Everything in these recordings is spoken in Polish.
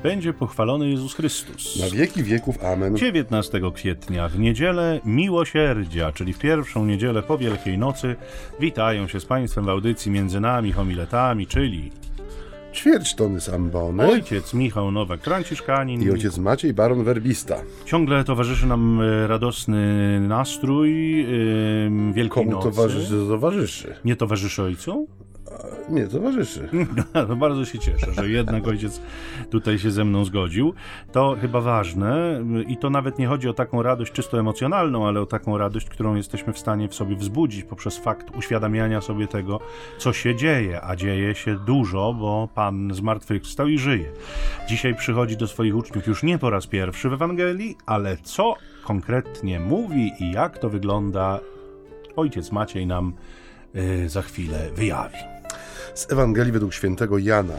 będzie pochwalony Jezus Chrystus. Na wieki wieków. Amen. 19 kwietnia, w niedzielę Miłosierdzia, czyli w pierwszą niedzielę po Wielkiej Nocy, witają się z Państwem w audycji Między nami homiletami, czyli ćwierć tony z ambony. ojciec Michał Nowak-Franciszkanin I ojciec Maciej Baron Werbista. Ciągle towarzyszy nam radosny nastrój Wielkiej Komu Nocy. towarzyszy? Nie towarzyszy ojcu? Nie, towarzyszy. No, bardzo się cieszę, że jednak ojciec tutaj się ze mną zgodził. To chyba ważne i to nawet nie chodzi o taką radość czysto emocjonalną, ale o taką radość, którą jesteśmy w stanie w sobie wzbudzić poprzez fakt uświadamiania sobie tego, co się dzieje, a dzieje się dużo, bo Pan zmartwychwstał i żyje. Dzisiaj przychodzi do swoich uczniów już nie po raz pierwszy w Ewangelii, ale co konkretnie mówi i jak to wygląda, ojciec Maciej nam za chwilę wyjawi. Z Ewangelii według świętego Jana.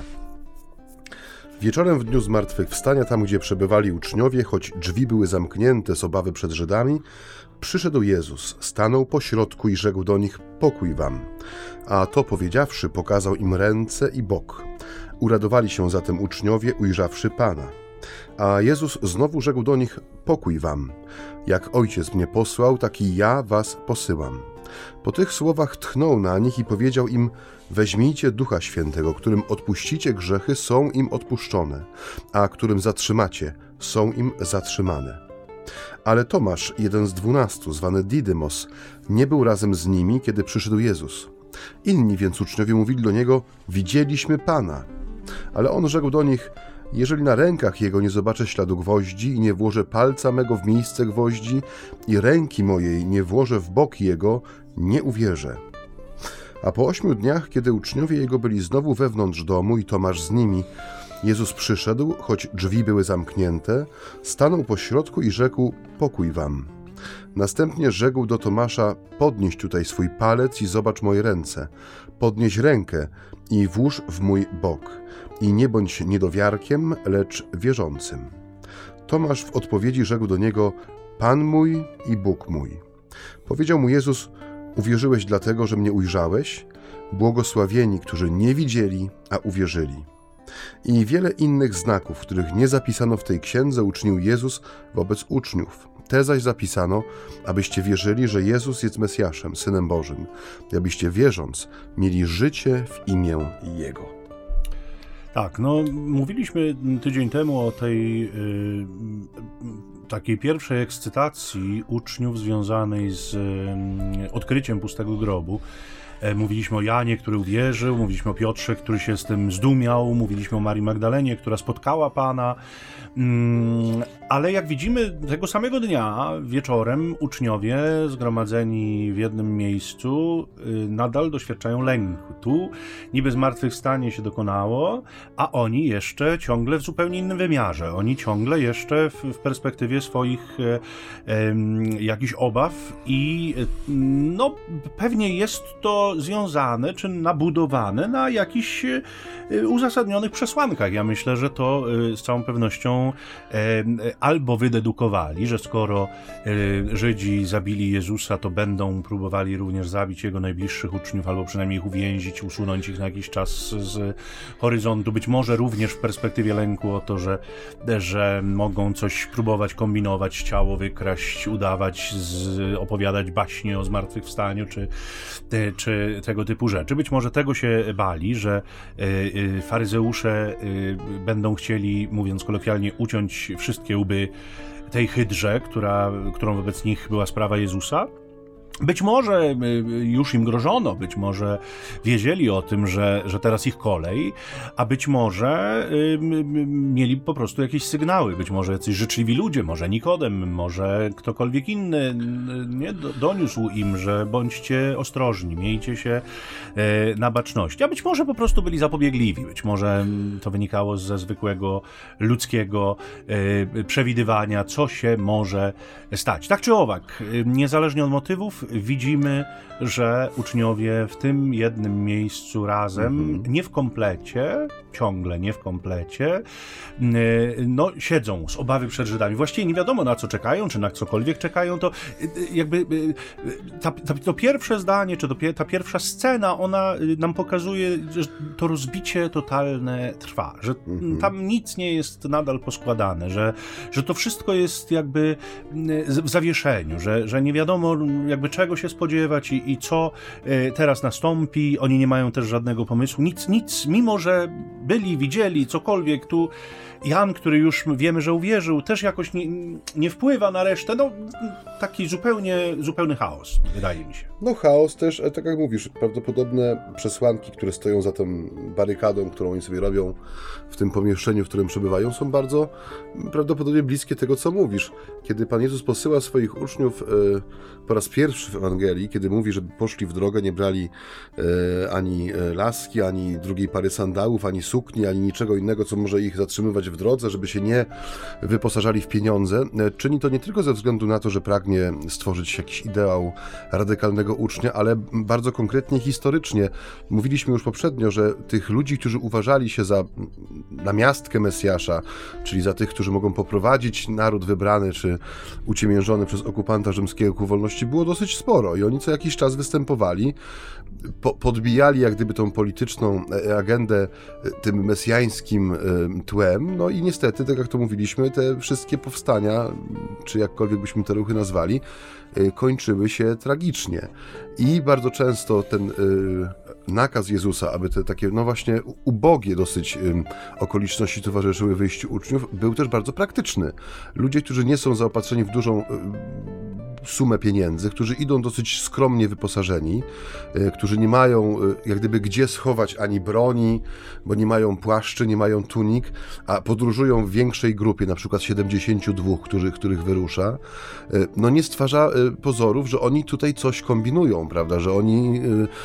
Wieczorem w dniu zmartwychwstania, tam gdzie przebywali uczniowie, choć drzwi były zamknięte z obawy przed Żydami, przyszedł Jezus, stanął pośrodku i rzekł do nich: pokój wam. A to powiedziawszy, pokazał im ręce i bok. Uradowali się zatem uczniowie, ujrzawszy Pana. A Jezus znowu rzekł do nich: pokój wam. Jak Ojciec mnie posłał, tak i ja was posyłam. Po tych słowach tchnął na nich i powiedział im: weźmijcie Ducha Świętego, którym odpuścicie grzechy, są im odpuszczone, a którym zatrzymacie, są im zatrzymane. Ale Tomasz, jeden z 12, zwany Didymos, nie był razem z nimi, kiedy przyszedł Jezus. Inni więc uczniowie mówili do niego: widzieliśmy Pana. Ale on rzekł do nich: jeżeli na rękach jego nie zobaczę śladu gwoździ i nie włożę palca mego w miejsce gwoździ i ręki mojej nie włożę w bok jego, nie uwierzę. A po 8 dniach, kiedy uczniowie jego byli znowu wewnątrz domu i Tomasz z nimi, Jezus przyszedł, choć drzwi były zamknięte, stanął pośrodku i rzekł: pokój wam. Następnie rzekł do Tomasza: podnieś tutaj swój palec i zobacz moje ręce. Podnieś rękę i włóż w mój bok. I nie bądź niedowiarkiem, lecz wierzącym. Tomasz w odpowiedzi rzekł do niego: Pan mój i Bóg mój. Powiedział mu Jezus: uwierzyłeś dlatego, że mnie ujrzałeś? Błogosławieni, którzy nie widzieli, a uwierzyli. I wiele innych znaków, których nie zapisano w tej księdze, uczynił Jezus wobec uczniów. Te zaś zapisano, abyście wierzyli, że Jezus jest Mesjaszem, Synem Bożym, i abyście wierząc mieli życie w imię Jego. Tak, no mówiliśmy tydzień temu o tej takiej pierwszej ekscytacji uczniów związanej z odkryciem pustego grobu. Mówiliśmy o Janie, który uwierzył, mówiliśmy o Piotrze, który się z tym zdumiał, mówiliśmy o Marii Magdalenie, która spotkała Pana, ale jak widzimy, tego samego dnia wieczorem uczniowie zgromadzeni w jednym miejscu nadal doświadczają lęku. Tu niby zmartwychwstanie się dokonało, a oni jeszcze ciągle w zupełnie innym wymiarze. Oni ciągle jeszcze w perspektywie swoich jakichś obaw i no pewnie jest to związane czy nabudowane na jakichś uzasadnionych przesłankach. Ja myślę, że to z całą pewnością albo wydedukowali, że skoro Żydzi zabili Jezusa, to będą próbowali również zabić Jego najbliższych uczniów, albo przynajmniej ich uwięzić, usunąć ich na jakiś czas z horyzontu. Być może również w perspektywie lęku o to, że mogą coś próbować kombinować, ciało wykraść, udawać, opowiadać baśnie o zmartwychwstaniu, czy tego typu rzeczy. Być może tego się bali, że faryzeusze będą chcieli, mówiąc kolokwialnie, uciąć wszystkie łby tej hydrze, którą wobec nich była sprawa Jezusa. Być może już im grożono, być może wiedzieli o tym, że teraz ich kolej, a być może mieli po prostu jakieś sygnały, być może jacyś życzliwi ludzie, może Nikodem, może ktokolwiek inny doniósł im, że bądźcie ostrożni, miejcie się na baczności, a być może po prostu byli zapobiegliwi, być może to wynikało ze zwykłego ludzkiego przewidywania, co się może stać. Tak czy owak, niezależnie od motywów, widzimy, że uczniowie w tym jednym miejscu razem, nie w komplecie, ciągle nie w komplecie, no siedzą z obawy przed Żydami. Właściwie nie wiadomo, na co czekają, czy na cokolwiek czekają, to jakby to pierwsze zdanie, czy ta pierwsza scena, ona nam pokazuje, że to rozbicie totalne trwa, że tam nic nie jest nadal poskładane, że to wszystko jest jakby w zawieszeniu, że nie wiadomo jakby czego się spodziewać i co teraz nastąpi. Oni nie mają też żadnego pomysłu. Nic, mimo że widzieli cokolwiek tu. Jan, który już wiemy, że uwierzył, też jakoś nie wpływa na resztę. No, taki zupełny chaos, wydaje mi się. No chaos też, tak jak mówisz, prawdopodobne przesłanki, które stoją za tą barykadą, którą oni sobie robią w tym pomieszczeniu, w którym przebywają, są bardzo prawdopodobnie bliskie tego, co mówisz. Kiedy Pan Jezus posyła swoich uczniów po raz pierwszy w Ewangelii, kiedy mówi, żeby poszli w drogę, nie brali ani laski, ani drugiej pary sandałów, ani sukni, ani niczego innego, co może ich zatrzymywać w drodze, żeby się nie wyposażali w pieniądze. Czyni to nie tylko ze względu na to, że pragnie stworzyć jakiś ideał radykalnego ucznia, ale bardzo konkretnie historycznie. Mówiliśmy już poprzednio, że tych ludzi, którzy uważali się za namiastkę Mesjasza, czyli za tych, którzy mogą poprowadzić naród wybrany czy uciemiężony przez okupanta rzymskiego ku wolności, było dosyć sporo i oni co jakiś czas występowali, podbijali jak gdyby tą polityczną agendę tym mesjańskim tłem, no i niestety, tak jak to mówiliśmy, te wszystkie powstania, czy jakkolwiek byśmy te ruchy nazwali, kończyły się tragicznie. I bardzo często ten nakaz Jezusa, aby te takie, no właśnie, ubogie dosyć okoliczności towarzyszyły wyjściu uczniów, był też bardzo praktyczny. Ludzie, którzy nie są zaopatrzeni w dużą sumę pieniędzy, którzy idą dosyć skromnie wyposażeni, którzy nie mają jak gdyby gdzie schować ani broni, bo nie mają płaszczy, nie mają tunik, a podróżują w większej grupie, na przykład 72, których wyrusza, no nie stwarza pozorów, że oni tutaj coś kombinują, prawda, że oni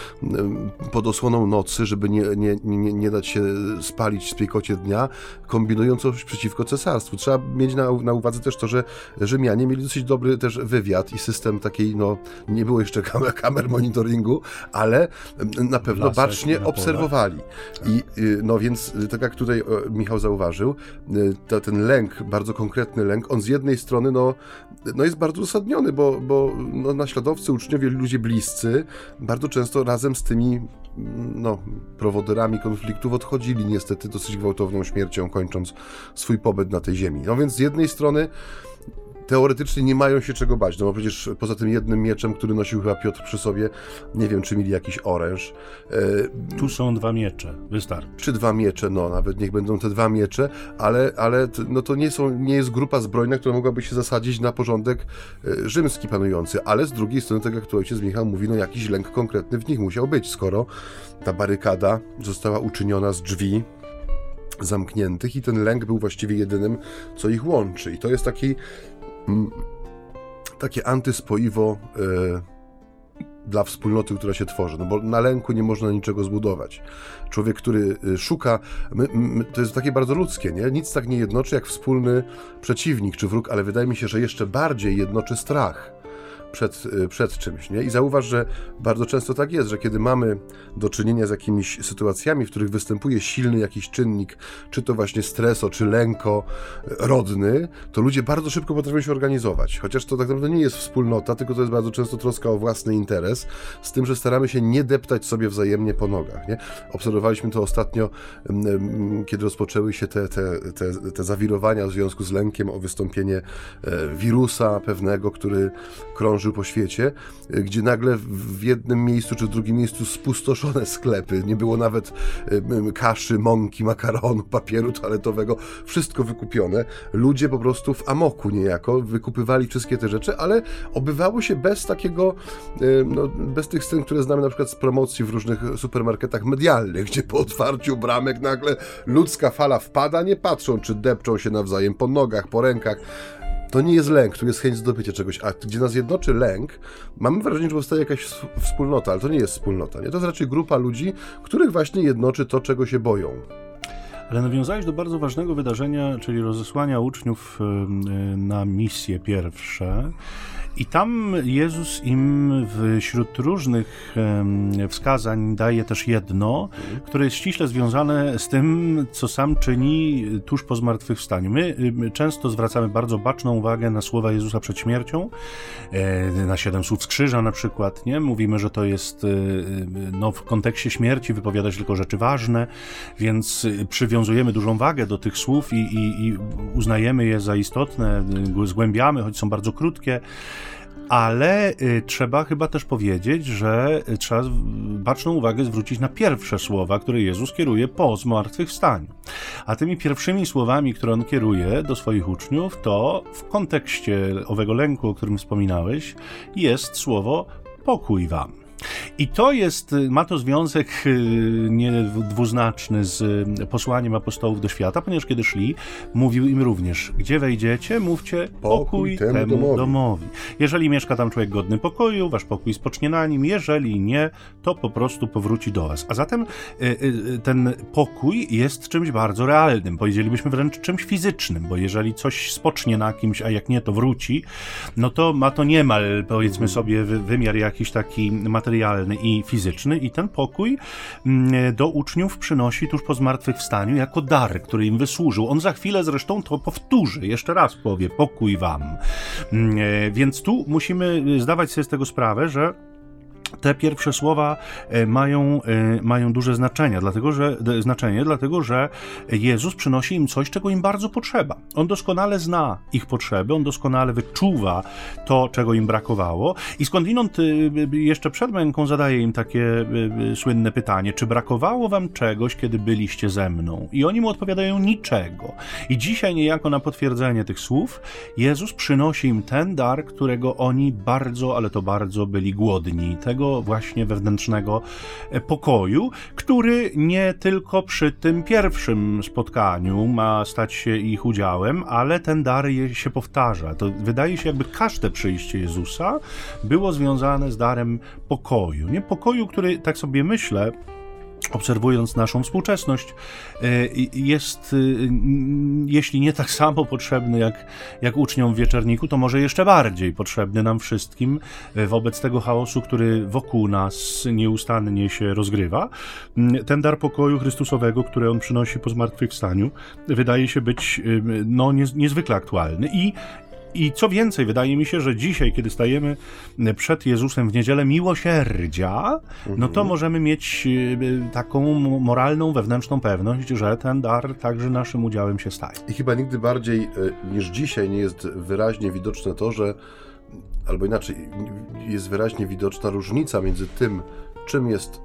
pod osłoną nocy, żeby nie dać się spalić w spiekocie dnia, kombinują coś przeciwko cesarstwu. Trzeba mieć na uwadze też to, że Rzymianie mieli dosyć dobry też wywiad i system takiej, no nie było jeszcze kamer monitoringu, ale na pewno bacznie obserwowali. I no więc, tak jak tutaj Michał zauważył, ten lęk, bardzo konkretny lęk, on z jednej strony no jest bardzo uzasadniony, bo no, naśladowcy, uczniowie, ludzie bliscy bardzo często razem z tymi prowodyrami konfliktów odchodzili niestety dosyć gwałtowną śmiercią, kończąc swój pobyt na tej ziemi. No więc z jednej strony teoretycznie nie mają się czego bać, no bo przecież poza tym jednym mieczem, który nosił chyba Piotr przy sobie, nie wiem, czy mieli jakiś oręż. Tu są 2 miecze, wystarczy. Czy 2 miecze, no nawet niech będą te 2 miecze, ale no to nie jest grupa zbrojna, która mogłaby się zasadzić na porządek rzymski panujący, ale z drugiej strony, tak jak tu ojciec Michał mówi, no jakiś lęk konkretny w nich musiał być, skoro ta barykada została uczyniona z drzwi zamkniętych i ten lęk był właściwie jedynym, co ich łączy. I to jest takie antyspoiwo dla wspólnoty, która się tworzy, no bo na lęku nie można niczego zbudować. Człowiek, który szuka, to jest takie bardzo ludzkie, nie? Nic tak nie jednoczy jak wspólny przeciwnik czy wróg, ale wydaje mi się, że jeszcze bardziej jednoczy strach przed czymś, nie? I zauważ, że bardzo często tak jest, że kiedy mamy do czynienia z jakimiś sytuacjami, w których występuje silny jakiś czynnik, czy to właśnie streso, czy lęko rodny, to ludzie bardzo szybko potrafią się organizować. Chociaż to tak naprawdę nie jest wspólnota, tylko to jest bardzo często troska o własny interes, z tym, że staramy się nie deptać sobie wzajemnie po nogach, nie? Obserwowaliśmy to ostatnio, kiedy rozpoczęły się te zawirowania w związku z lękiem o wystąpienie wirusa pewnego, który krążył po świecie, gdzie nagle w jednym miejscu czy w drugim miejscu spustoszone sklepy, nie było nawet kaszy, mąki, makaronu, papieru toaletowego, wszystko wykupione. Ludzie po prostu w amoku niejako wykupywali wszystkie te rzeczy, ale obywało się bez takiego, bez tych scen, które znamy na przykład z promocji w różnych supermarketach medialnych, gdzie po otwarciu bramek nagle ludzka fala wpada, nie patrzą, czy depczą się nawzajem po nogach, po rękach. To nie jest lęk, tu jest chęć zdobycia czegoś, a gdzie nas jednoczy lęk, mamy wrażenie, że powstaje jakaś wspólnota, ale to nie jest wspólnota, nie? To jest raczej grupa ludzi, których właśnie jednoczy to, czego się boją. Ale nawiązałeś do bardzo ważnego wydarzenia, czyli rozesłania uczniów na misje pierwsze. I tam Jezus im wśród różnych wskazań daje też jedno, które jest ściśle związane z tym, co sam czyni tuż po zmartwychwstaniu. My często zwracamy bardzo baczną uwagę na słowa Jezusa przed śmiercią, na 7 słów z krzyża na przykład, nie? Mówimy, że to jest w kontekście śmierci wypowiadać tylko rzeczy ważne, więc przywiązujemy dużą wagę do tych słów i uznajemy je za istotne, zgłębiamy, choć są bardzo krótkie. Ale trzeba chyba też powiedzieć, że trzeba baczną uwagę zwrócić na pierwsze słowa, które Jezus kieruje po zmartwychwstaniu. A tymi pierwszymi słowami, które On kieruje do swoich uczniów, to w kontekście owego lęku, o którym wspominałeś, jest słowo pokój wam. I to ma to związek niedwuznaczny z posłaniem apostołów do świata, ponieważ kiedy szli, mówił im również, gdzie wejdziecie, mówcie pokój temu domowi. Jeżeli mieszka tam człowiek godny pokoju, wasz pokój spocznie na nim, jeżeli nie, to po prostu powróci do was. A zatem ten pokój jest czymś bardzo realnym, powiedzielibyśmy wręcz czymś fizycznym, bo jeżeli coś spocznie na kimś, a jak nie, to wróci, no to ma to niemal, powiedzmy sobie, wymiar jakiś taki materialny i fizyczny i ten pokój do uczniów przynosi tuż po zmartwychwstaniu jako dar, który im wysłużył. On za chwilę zresztą to powtórzy, jeszcze raz powie, pokój wam. Więc tu musimy zdawać sobie z tego sprawę, że te pierwsze słowa mają duże znaczenie, dlatego że Jezus przynosi im coś, czego im bardzo potrzeba. On doskonale zna ich potrzeby, on doskonale wyczuwa to, czego im brakowało i skądinąd jeszcze przed męką zadaje im takie słynne pytanie, czy brakowało wam czegoś, kiedy byliście ze mną? I oni mu odpowiadają niczego. I dzisiaj niejako na potwierdzenie tych słów Jezus przynosi im ten dar, którego oni bardzo, ale to bardzo byli głodni, tego właśnie wewnętrznego pokoju, który nie tylko przy tym pierwszym spotkaniu ma stać się ich udziałem, ale ten dar się powtarza. To wydaje się, jakby każde przyjście Jezusa było związane z darem pokoju. Nie pokoju, który, tak sobie myślę, obserwując naszą współczesność, jest, jeśli nie tak samo potrzebny jak uczniom w Wieczerniku, to może jeszcze bardziej potrzebny nam wszystkim wobec tego chaosu, który wokół nas nieustannie się rozgrywa. Ten dar pokoju Chrystusowego, który On przynosi po zmartwychwstaniu, wydaje się być niezwykle aktualny i co więcej, wydaje mi się, że dzisiaj, kiedy stajemy przed Jezusem w niedzielę miłosierdzia, no to możemy mieć taką moralną, wewnętrzną pewność, że ten dar także naszym udziałem się staje. I chyba nigdy bardziej niż dzisiaj nie jest wyraźnie widoczne to, że, albo inaczej, jest wyraźnie widoczna różnica między tym, czym jest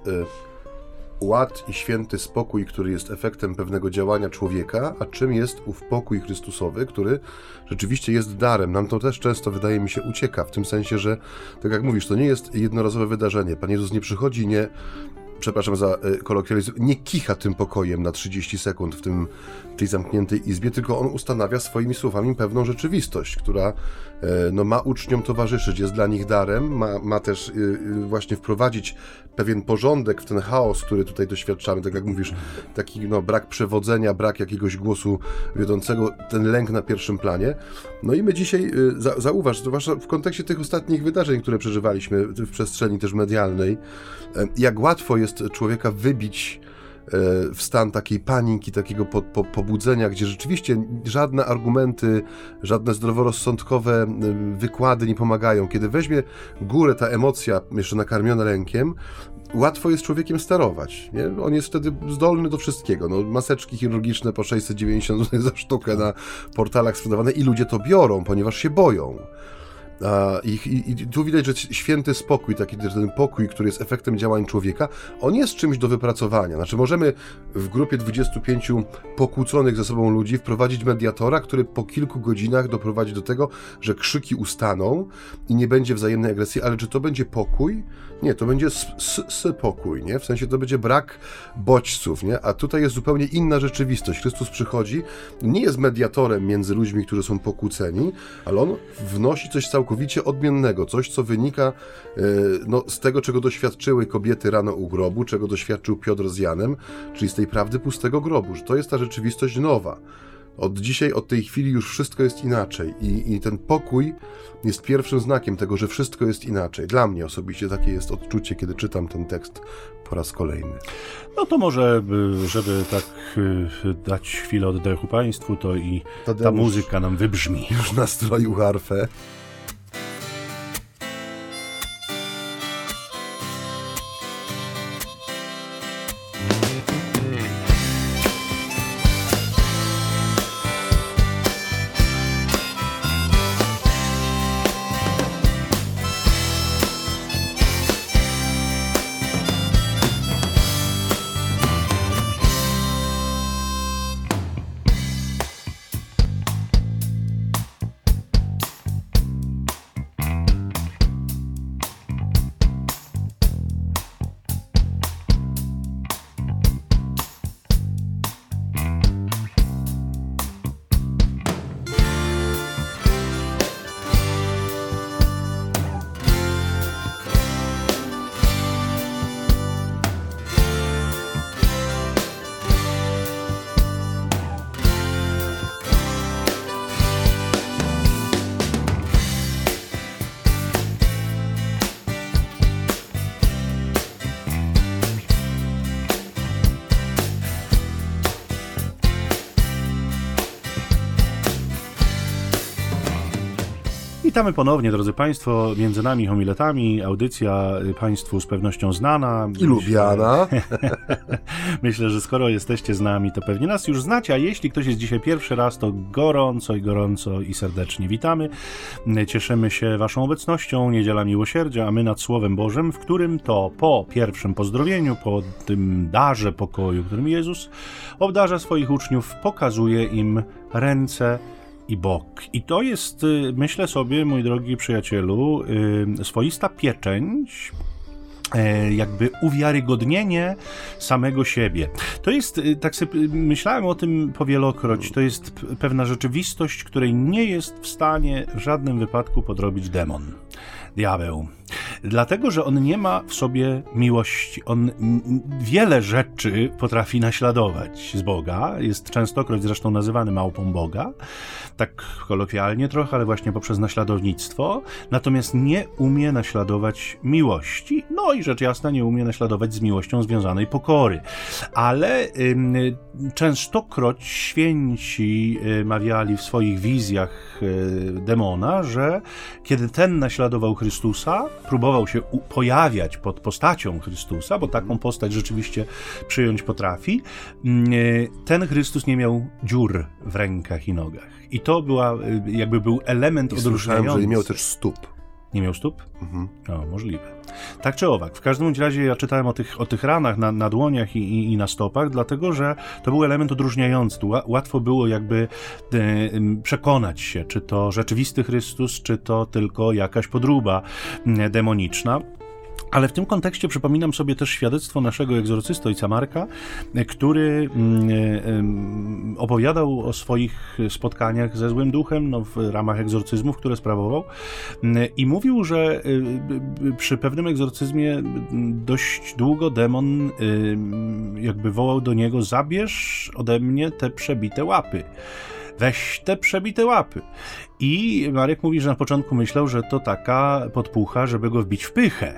ład i święty spokój, który jest efektem pewnego działania człowieka, a czym jest ów pokój Chrystusowy, który rzeczywiście jest darem. Nam to też często, wydaje mi się, ucieka, w tym sensie, że, tak jak mówisz, to nie jest jednorazowe wydarzenie. Pan Jezus nie przychodzi, przepraszam za kolokwializm, nie kicha tym pokojem na 30 sekund w tej zamkniętej izbie, tylko On ustanawia swoimi słowami pewną rzeczywistość, która ma uczniom towarzyszyć, jest dla nich darem, ma też właśnie wprowadzić pewien porządek w ten chaos, który tutaj doświadczamy, tak jak mówisz, taki brak przewodzenia, brak jakiegoś głosu wiodącego, ten lęk na pierwszym planie. No i my dzisiaj, zauważ, zwłaszcza w kontekście tych ostatnich wydarzeń, które przeżywaliśmy w przestrzeni też medialnej, jak łatwo jest człowieka wybić w stan takiej paniki, takiego pobudzenia, gdzie rzeczywiście żadne argumenty, żadne zdroworozsądkowe wykłady nie pomagają. Kiedy weźmie górę ta emocja, jeszcze nakarmiona lękiem, łatwo jest człowiekiem sterować. Nie? On jest wtedy zdolny do wszystkiego. Maseczki chirurgiczne po 690 zł za sztukę na portalach sprzedawane i ludzie to biorą, ponieważ się boją. I tu widać, że święty spokój, taki ten pokój, który jest efektem działań człowieka, on jest czymś do wypracowania. Znaczy możemy w grupie 25 pokłóconych ze sobą ludzi wprowadzić mediatora, który po kilku godzinach doprowadzi do tego, że krzyki ustaną i nie będzie wzajemnej agresji, ale czy to będzie pokój? Nie, to będzie pokój, nie? W sensie to będzie brak bodźców, nie? A tutaj jest zupełnie inna rzeczywistość. Chrystus przychodzi, nie jest mediatorem między ludźmi, którzy są pokłóceni, ale On wnosi coś całkowicie odmiennego, coś, co wynika z tego, czego doświadczyły kobiety rano u grobu, czego doświadczył Piotr z Janem, czyli z tej prawdy pustego grobu, że to jest ta rzeczywistość nowa. Od dzisiaj, od tej chwili już wszystko jest inaczej i ten pokój jest pierwszym znakiem tego, że wszystko jest inaczej. Dla mnie osobiście takie jest odczucie, kiedy czytam ten tekst po raz kolejny. No to może, żeby tak dać chwilę oddechu Państwu, to i ta muzyka nam wybrzmi. Już nastroił harfę. Witamy ponownie, drodzy Państwo, między nami homiletami, audycja Państwu z pewnością znana. I lubiana. Myślę, że skoro jesteście z nami, to pewnie nas już znacie, a jeśli ktoś jest dzisiaj pierwszy raz, to gorąco i serdecznie witamy. Cieszymy się Waszą obecnością, Niedziela Miłosierdzia, a my nad Słowem Bożym, w którym to po pierwszym pozdrowieniu, po tym darze pokoju, którym Jezus obdarza swoich uczniów, pokazuje im ręce i bok. I to jest, myślę sobie, mój drogi przyjacielu, swoista pieczęć, jakby uwiarygodnienie samego siebie. To jest, tak sobie myślałem o tym powielokroć, to jest pewna rzeczywistość, której nie jest w stanie w żadnym wypadku podrobić demon, diabeł. Dlatego, że on nie ma w sobie miłości. On wiele rzeczy potrafi naśladować z Boga. Jest częstokroć zresztą nazywany małpą Boga. Tak kolokwialnie trochę, ale właśnie poprzez naśladownictwo. Natomiast nie umie naśladować miłości. No i rzecz jasna nie umie naśladować z miłością związanej pokory. Ale częstokroć święci mawiali w swoich wizjach demona, że kiedy ten naśladował Chrystusa, próbował się pojawiać pod postacią Chrystusa, bo taką postać rzeczywiście przyjąć potrafi, ten Chrystus nie miał dziur w rękach i nogach. I to był element odróżniający. Że nie miał też stóp. Nie miał stóp? O, możliwe. Tak czy owak. W każdym razie ja czytałem o tych ranach na dłoniach i na stopach, dlatego że to był element odróżniający. Łatwo było jakby przekonać się, czy to rzeczywisty Chrystus, czy to tylko jakaś podróba demoniczna. Ale w tym kontekście przypominam sobie też świadectwo naszego egzorcysty, ojca Marka, który opowiadał o swoich spotkaniach ze złym duchem w ramach egzorcyzmów, które sprawował, i mówił, że przy pewnym egzorcyzmie dość długo demon jakby wołał do niego: zabierz ode mnie te przebite łapy. Weź te przebite łapy. I Marek mówi, że na początku myślał, że to taka podpucha, żeby go wbić w pychę.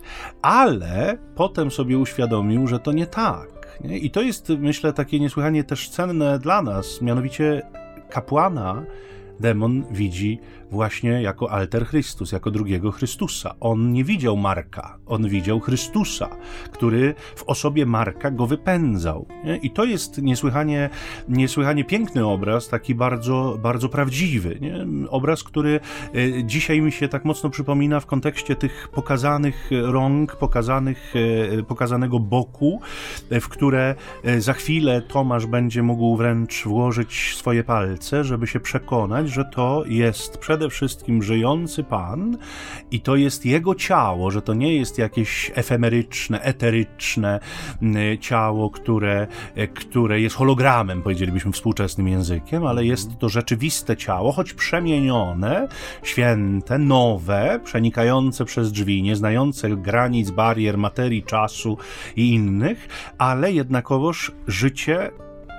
Ale potem sobie uświadomił, że to nie tak. Nie? I to jest, myślę, takie niesłychanie też cenne dla nas. Mianowicie kapłana demon widzi właśnie jako alter Chrystus, jako drugiego Chrystusa. On nie widział Marka, on widział Chrystusa, który w osobie Marka go wypędzał. Nie? I to jest niesłychanie piękny obraz, taki bardzo, bardzo prawdziwy. Nie? Obraz, który dzisiaj mi się tak mocno przypomina w kontekście tych pokazanych rąk, pokazanego boku, w które za chwilę Tomasz będzie mógł wręcz włożyć swoje palce, żeby się przekonać, że to jest przede wszystkim żyjący Pan i to jest Jego ciało, że to nie jest jakieś efemeryczne, eteryczne ciało, które jest hologramem, powiedzielibyśmy współczesnym językiem, ale jest to rzeczywiste ciało, choć przemienione, święte, nowe, przenikające przez drzwi, nie znające granic, barier, materii, czasu i innych, ale jednakowoż życie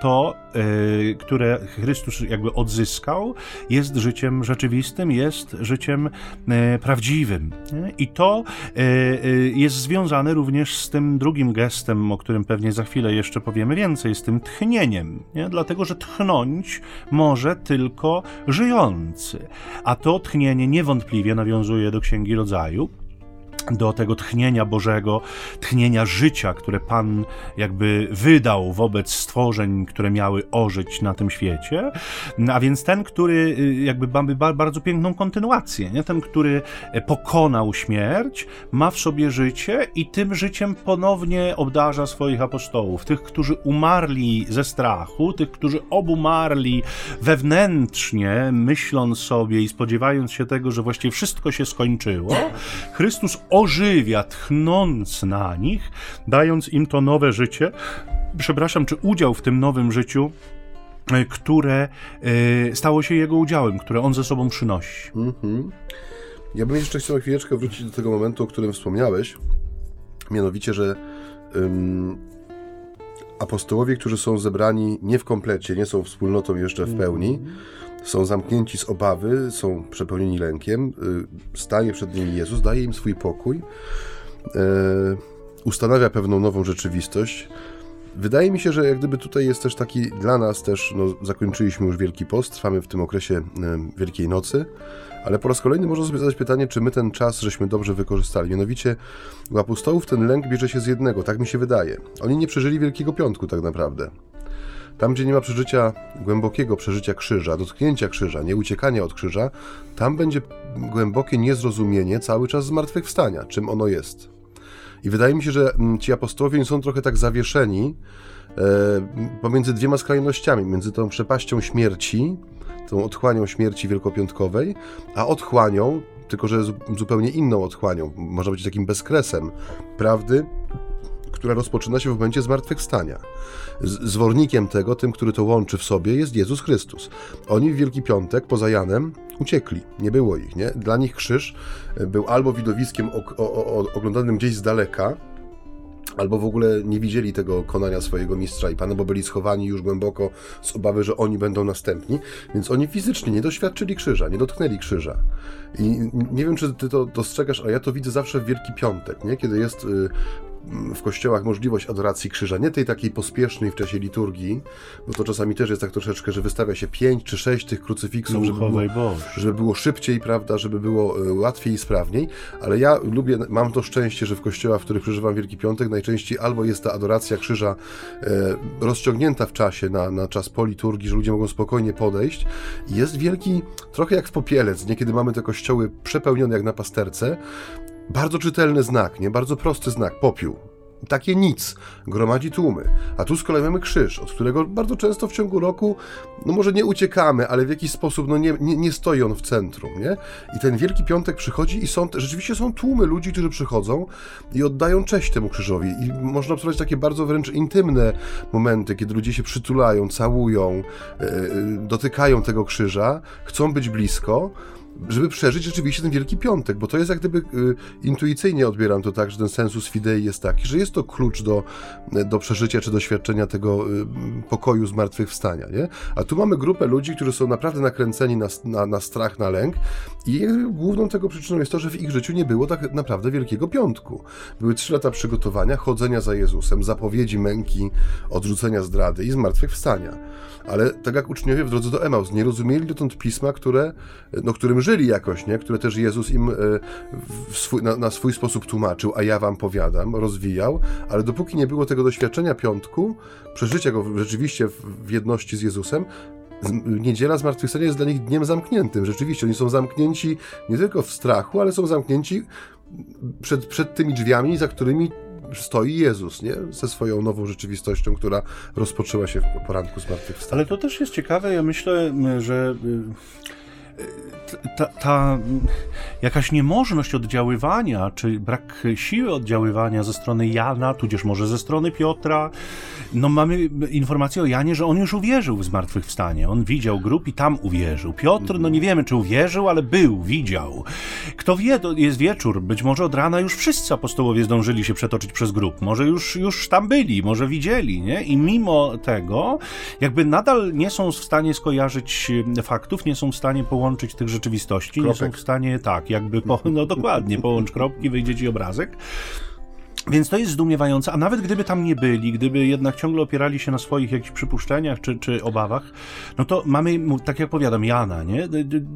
to, które Chrystus jakby odzyskał, jest życiem rzeczywistym, jest życiem prawdziwym. I to jest związane również z tym drugim gestem, o którym pewnie za chwilę jeszcze powiemy więcej, z tym tchnieniem. Nie? Dlatego, że tchnąć może tylko żyjący. A to tchnienie niewątpliwie nawiązuje do Księgi Rodzaju, do tego tchnienia Bożego, tchnienia życia, które Pan jakby wydał wobec stworzeń, które miały ożyć na tym świecie, a więc ten, który jakby ma bardzo piękną kontynuację, nie? Ten, który pokonał śmierć, ma w sobie życie i tym życiem ponownie obdarza swoich apostołów, tych, którzy umarli ze strachu, tych, którzy obumarli wewnętrznie, myśląc sobie i spodziewając się tego, że właściwie wszystko się skończyło. Chrystus ożywia, tchnąc na nich, dając im to nowe życie, czy udział w tym nowym życiu, które stało się jego udziałem, które on ze sobą przynosi. Ja bym jeszcze chciał chwileczkę wrócić do tego momentu, o którym wspomniałeś, mianowicie, że apostołowie, którzy są zebrani nie w komplecie, nie są wspólnotą jeszcze w pełni, są zamknięci z obawy, są przepełnieni lękiem, staje przed nimi Jezus, daje im swój pokój, ustanawia pewną nową rzeczywistość. Wydaje mi się, że jak gdyby tutaj jest też taki dla nas też, zakończyliśmy już Wielki Post, trwamy w tym okresie Wielkiej Nocy, ale po raz kolejny można sobie zadać pytanie, czy my ten czas żeśmy dobrze wykorzystali. Mianowicie u apostołów ten lęk bierze się z jednego, tak mi się wydaje. Oni nie przeżyli Wielkiego Piątku tak naprawdę. Tam, gdzie nie ma głębokiego przeżycia krzyża, dotknięcia krzyża, nie uciekania od krzyża, tam będzie głębokie niezrozumienie cały czas zmartwychwstania, czym ono jest. I wydaje mi się, że ci apostołowie są trochę tak zawieszeni pomiędzy dwiema skrajnościami, między tą przepaścią śmierci, tą otchłanią śmierci wielkopiątkowej, a otchłanią, tylko że zupełnie inną otchłanią, można być takim bezkresem prawdy, która rozpoczyna się w momencie zmartwychwstania. Zwornikiem tego, tym, który to łączy w sobie, jest Jezus Chrystus. Oni w Wielki Piątek, poza Janem, uciekli. Nie było ich, nie? Dla nich krzyż był albo widowiskiem oglądanym gdzieś z daleka, albo w ogóle nie widzieli tego konania swojego mistrza i Pana, bo byli schowani już głęboko z obawy, że oni będą następni, więc oni fizycznie nie doświadczyli krzyża, nie dotknęli krzyża. I nie wiem, czy ty to dostrzegasz, ale ja to widzę zawsze w Wielki Piątek, nie? Kiedy jest w kościołach możliwość adoracji krzyża, nie tej takiej pospiesznej w czasie liturgii, bo to czasami też jest tak troszeczkę, że wystawia się 5 czy 6 tych krucyfiksów, żeby było szybciej, prawda, żeby było łatwiej i sprawniej, ale ja mam to szczęście, że w kościołach, w których przeżywam Wielki Piątek, najczęściej albo jest ta adoracja krzyża rozciągnięta w czasie, na czas po liturgii, że ludzie mogą spokojnie podejść i jest wielki, trochę jak w Popielec, niekiedy mamy te kościoły przepełnione jak na pasterce, bardzo czytelny znak, nie? Bardzo prosty znak, popiół. Takie nic, gromadzi tłumy. A tu z kolei mamy krzyż, od którego bardzo często w ciągu roku, może nie uciekamy, ale w jakiś sposób nie stoi on w centrum, nie? I ten Wielki Piątek przychodzi i rzeczywiście są tłumy ludzi, którzy przychodzą i oddają cześć temu krzyżowi. I można obserwować takie bardzo wręcz intymne momenty, kiedy ludzie się przytulają, całują, dotykają tego krzyża, chcą być blisko, żeby przeżyć rzeczywiście ten Wielki Piątek, bo to jest jak gdyby, intuicyjnie odbieram to tak, że ten sensus fidei jest taki, że jest to klucz do przeżycia czy doświadczenia tego pokoju zmartwychwstania, nie? A tu mamy grupę ludzi, którzy są naprawdę nakręceni na strach, na lęk i jakby główną tego przyczyną jest to, że w ich życiu nie było tak naprawdę Wielkiego Piątku. Były 3 lata przygotowania, chodzenia za Jezusem, zapowiedzi męki, odrzucenia zdrady i zmartwychwstania. Ale tak jak uczniowie w drodze do Emaus nie rozumieli dotąd Pisma, którym żyli jakoś, nie? Które też Jezus im na swój sposób tłumaczył, a ja wam powiadam, rozwijał, ale dopóki nie było tego doświadczenia piątku, przeżycia go rzeczywiście w jedności z Jezusem, niedziela zmartwychwstania jest dla nich dniem zamkniętym. Rzeczywiście, oni są zamknięci nie tylko w strachu, ale są zamknięci przed tymi drzwiami, za którymi stoi Jezus, nie? Ze swoją nową rzeczywistością, która rozpoczęła się w poranku zmartwychwstania. Ale to też jest ciekawe, ja myślę, że ta jakaś niemożność oddziaływania, czy brak siły oddziaływania ze strony Jana, tudzież może ze strony Piotra. No mamy informację o Janie, że on już uwierzył w zmartwychwstanie. On widział grób i tam uwierzył. Piotr, no nie wiemy, czy uwierzył, ale widział. Kto wie, to jest wieczór. Być może od rana już wszyscy apostołowie zdążyli się przetoczyć przez grób. Może już tam byli, może widzieli, nie? I mimo tego, jakby nadal nie są w stanie skojarzyć faktów, nie są w stanie połączyć tych rzeczywistości, Kropek. nie są w stanie, no dokładnie, połącz kropki, wyjdzie ci obrazek. Więc to jest zdumiewające, a nawet gdyby tam nie byli, gdyby jednak ciągle opierali się na swoich jakichś przypuszczeniach czy obawach, no to mamy, tak jak powiadam, Jana, nie?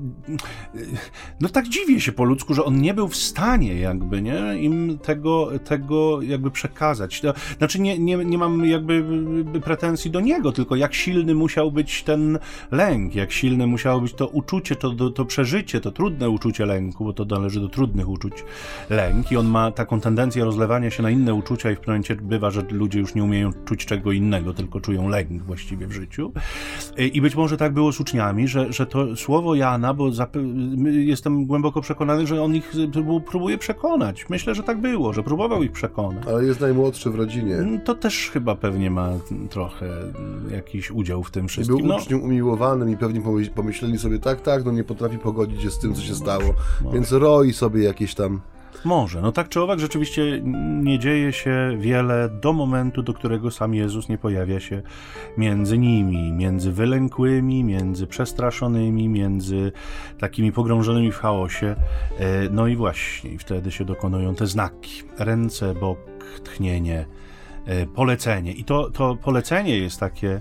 No tak dziwię się po ludzku, że on nie był w stanie jakby, nie? Im tego jakby przekazać. Znaczy nie mam jakby pretensji do niego, tylko jak silny musiał być ten lęk, jak silne musiało być to uczucie, to przeżycie, to trudne uczucie lęku, bo to należy do trudnych uczuć lęk i on ma taką tendencję rozlewania się na inne uczucia i w pewnym momencie bywa, że ludzie już nie umieją czuć czego innego, tylko czują lęk właściwie w życiu. I być może tak było z uczniami, że to słowo Jana, bo jestem głęboko przekonany, że on ich próbuje przekonać. Myślę, że tak było, że próbował ich przekonać. Ale jest najmłodszy w rodzinie. To też chyba pewnie ma trochę jakiś udział w tym wszystkim. Był uczniem umiłowanym i pewnie pomyśleli sobie, tak, no nie potrafi pogodzić się z tym, co się stało, więc roi sobie jakieś tam... Może. No tak czy owak rzeczywiście nie dzieje się wiele do momentu, do którego sam Jezus nie pojawia się między nimi, między wylękłymi, między przestraszonymi, między takimi pogrążonymi w chaosie. No i właśnie wtedy się dokonują te znaki. Ręce, bok, tchnienie, polecenie. I to polecenie jest takie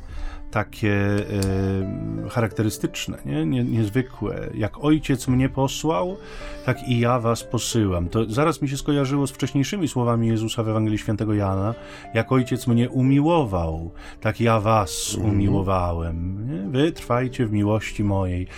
charakterystyczne, niezwykłe. Jak Ojciec mnie posłał, tak i ja was posyłam. To zaraz mi się skojarzyło z wcześniejszymi słowami Jezusa w Ewangelii Świętego Jana. Jak Ojciec mnie umiłował, tak ja was umiłowałem. Nie? Wy trwajcie w miłości mojej.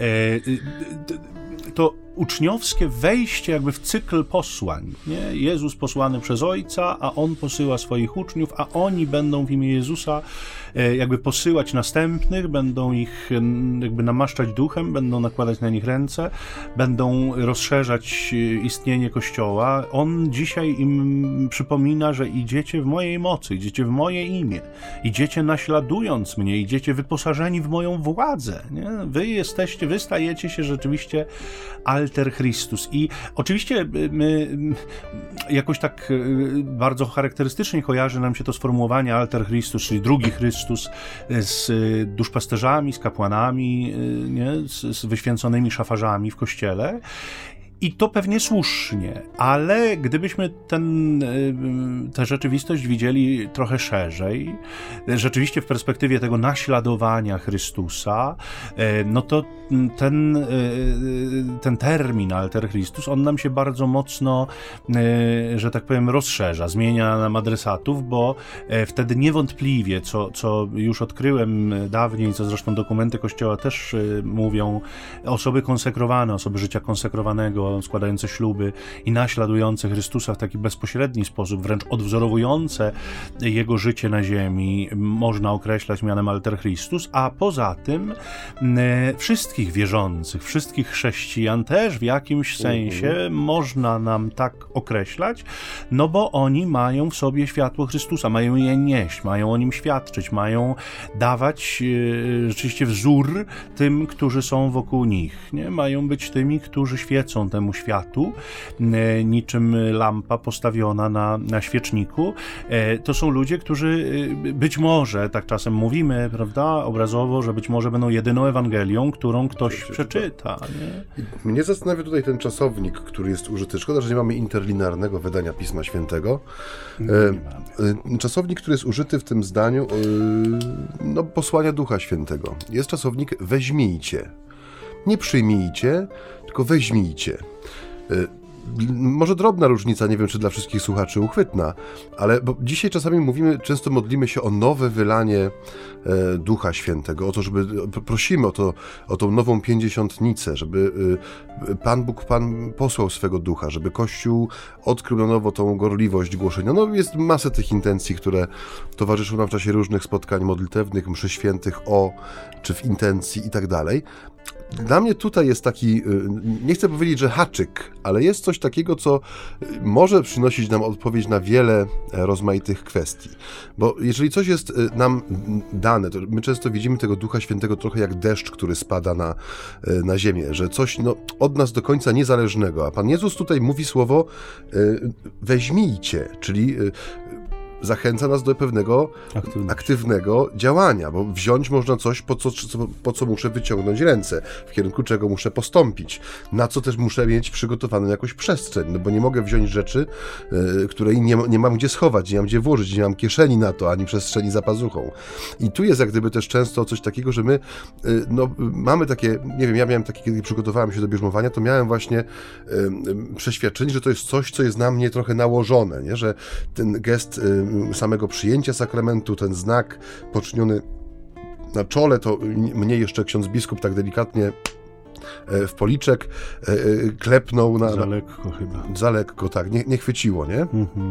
To uczniowskie wejście jakby w cykl posłań. Nie? Jezus posłany przez Ojca, a On posyła swoich uczniów, a oni będą w imię Jezusa jakby posyłać następnych, będą ich jakby namaszczać duchem, będą nakładać na nich ręce, będą rozszerzać istnienie Kościoła. On dzisiaj im przypomina, że idziecie w mojej mocy, idziecie w moje imię, idziecie naśladując mnie, idziecie wyposażeni w moją władzę. Nie? Wy stajecie się rzeczywiście alter Christus. I oczywiście my jakoś tak bardzo charakterystycznie kojarzy nam się to sformułowanie alter Christus, czyli drugi Chrystus z duszpasterzami, z kapłanami, nie? Z wyświęconymi szafarzami w kościele. I to pewnie słusznie, ale gdybyśmy tę rzeczywistość widzieli trochę szerzej, rzeczywiście w perspektywie tego naśladowania Chrystusa, no to ten termin alter Christus, on nam się bardzo mocno, że tak powiem, rozszerza, zmienia nam adresatów, bo wtedy niewątpliwie, co już odkryłem dawniej, co zresztą dokumenty Kościoła też mówią, osoby konsekrowane, osoby życia konsekrowanego, składające śluby i naśladujące Chrystusa w taki bezpośredni sposób, wręcz odwzorowujące Jego życie na ziemi, można określać mianem alter Christus, a poza tym wszystkich wierzących, wszystkich chrześcijan też w jakimś sensie można nam tak określać, no bo oni mają w sobie światło Chrystusa, mają je nieść, mają o nim świadczyć, mają dawać rzeczywiście wzór tym, którzy są wokół nich, nie? Mają być tymi, którzy świecą temu światu, niczym lampa postawiona na świeczniku. To są ludzie, którzy być może, tak czasem mówimy, prawda, obrazowo, że być może będą jedyną Ewangelią, którą ktoś przeczyta. Nie? Mnie zastanawia tutaj ten czasownik, który jest użyty. Szkoda, że nie mamy interlinearnego wydania Pisma Świętego. Czasownik, który jest użyty w tym zdaniu, posłania Ducha Świętego. Jest czasownik weźmijcie. Nie przyjmijcie, tylko weźmijcie. Może drobna różnica, nie wiem, czy dla wszystkich słuchaczy uchwytna, ale bo dzisiaj czasami często modlimy się o nowe wylanie Ducha Świętego, o to, prosimy o tą nową pięćdziesiątnicę, żeby Pan Bóg posłał swego Ducha, żeby Kościół odkrył na nowo tą gorliwość głoszenia. No jest masę tych intencji, które towarzyszą nam w czasie różnych spotkań modlitewnych, mszy świętych, czy w intencji i tak dalej. dla mnie tutaj jest taki, nie chcę powiedzieć, że haczyk, ale jest coś takiego, co może przynosić nam odpowiedź na wiele rozmaitych kwestii. Bo jeżeli coś jest nam dane, to my często widzimy tego Ducha Świętego trochę jak deszcz, który spada na ziemię, że coś od nas do końca niezależnego. A Pan Jezus tutaj mówi słowo weźmijcie, czyli zachęca nas do pewnego aktywnego działania, bo wziąć można coś, po co muszę wyciągnąć ręce, w kierunku czego muszę postąpić, na co też muszę mieć przygotowaną jakąś przestrzeń, no bo nie mogę wziąć rzeczy, której nie mam gdzie schować, nie mam gdzie włożyć, nie mam kieszeni na to, ani przestrzeni za pazuchą. I tu jest jak gdyby też często coś takiego, że my mamy takie, nie wiem, ja miałem takie, kiedy przygotowałem się do bierzmowania, to miałem właśnie przeświadczenie, że to jest coś, co jest na mnie trochę nałożone, nie? Że ten gest samego przyjęcia sakramentu, ten znak poczyniony na czole, to mnie jeszcze ksiądz biskup tak delikatnie w policzek klepnął za lekko chyba. Za lekko, tak, nie chwyciło, nie?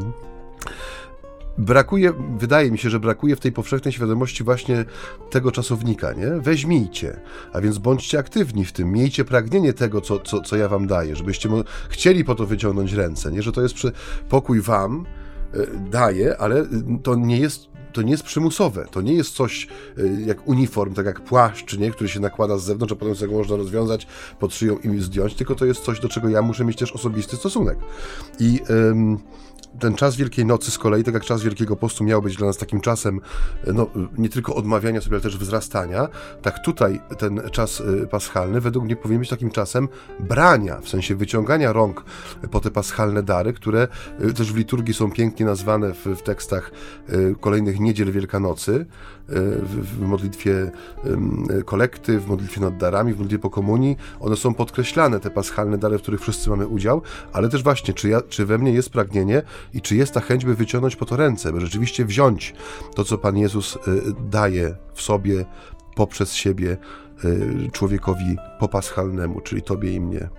Wydaje mi się, że brakuje w tej powszechnej świadomości właśnie tego czasownika, nie? Weźmijcie, a więc bądźcie aktywni w tym, miejcie pragnienie tego, co ja wam daję, żebyście chcieli po to wyciągnąć ręce, nie? Że to jest pokój wam daje, ale to nie jest przymusowe, to nie jest coś jak uniform, tak jak płaszcz, nie? Który się nakłada z zewnątrz, a potem sobie go można rozwiązać pod szyją i zdjąć, tylko to jest coś, do czego ja muszę mieć też osobisty stosunek. I ten czas Wielkiej Nocy z kolei, tak jak czas Wielkiego Postu miał być dla nas takim czasem nie tylko odmawiania sobie, ale też wzrastania, tak tutaj ten czas paschalny według mnie powinien być takim czasem brania, w sensie wyciągania rąk po te paschalne dary, które też w liturgii są pięknie nazwane w tekstach kolejnych niedziel Wielkanocy, w modlitwie kolekty, w modlitwie nad darami, w modlitwie po komunii. One są podkreślane, te paschalne dary, w których wszyscy mamy udział, ale też właśnie, czy we mnie jest pragnienie i czy jest ta chęć, by wyciągnąć po to ręce, by rzeczywiście wziąć to, co Pan Jezus daje w sobie, poprzez siebie człowiekowi popaschalnemu, czyli Tobie i mnie.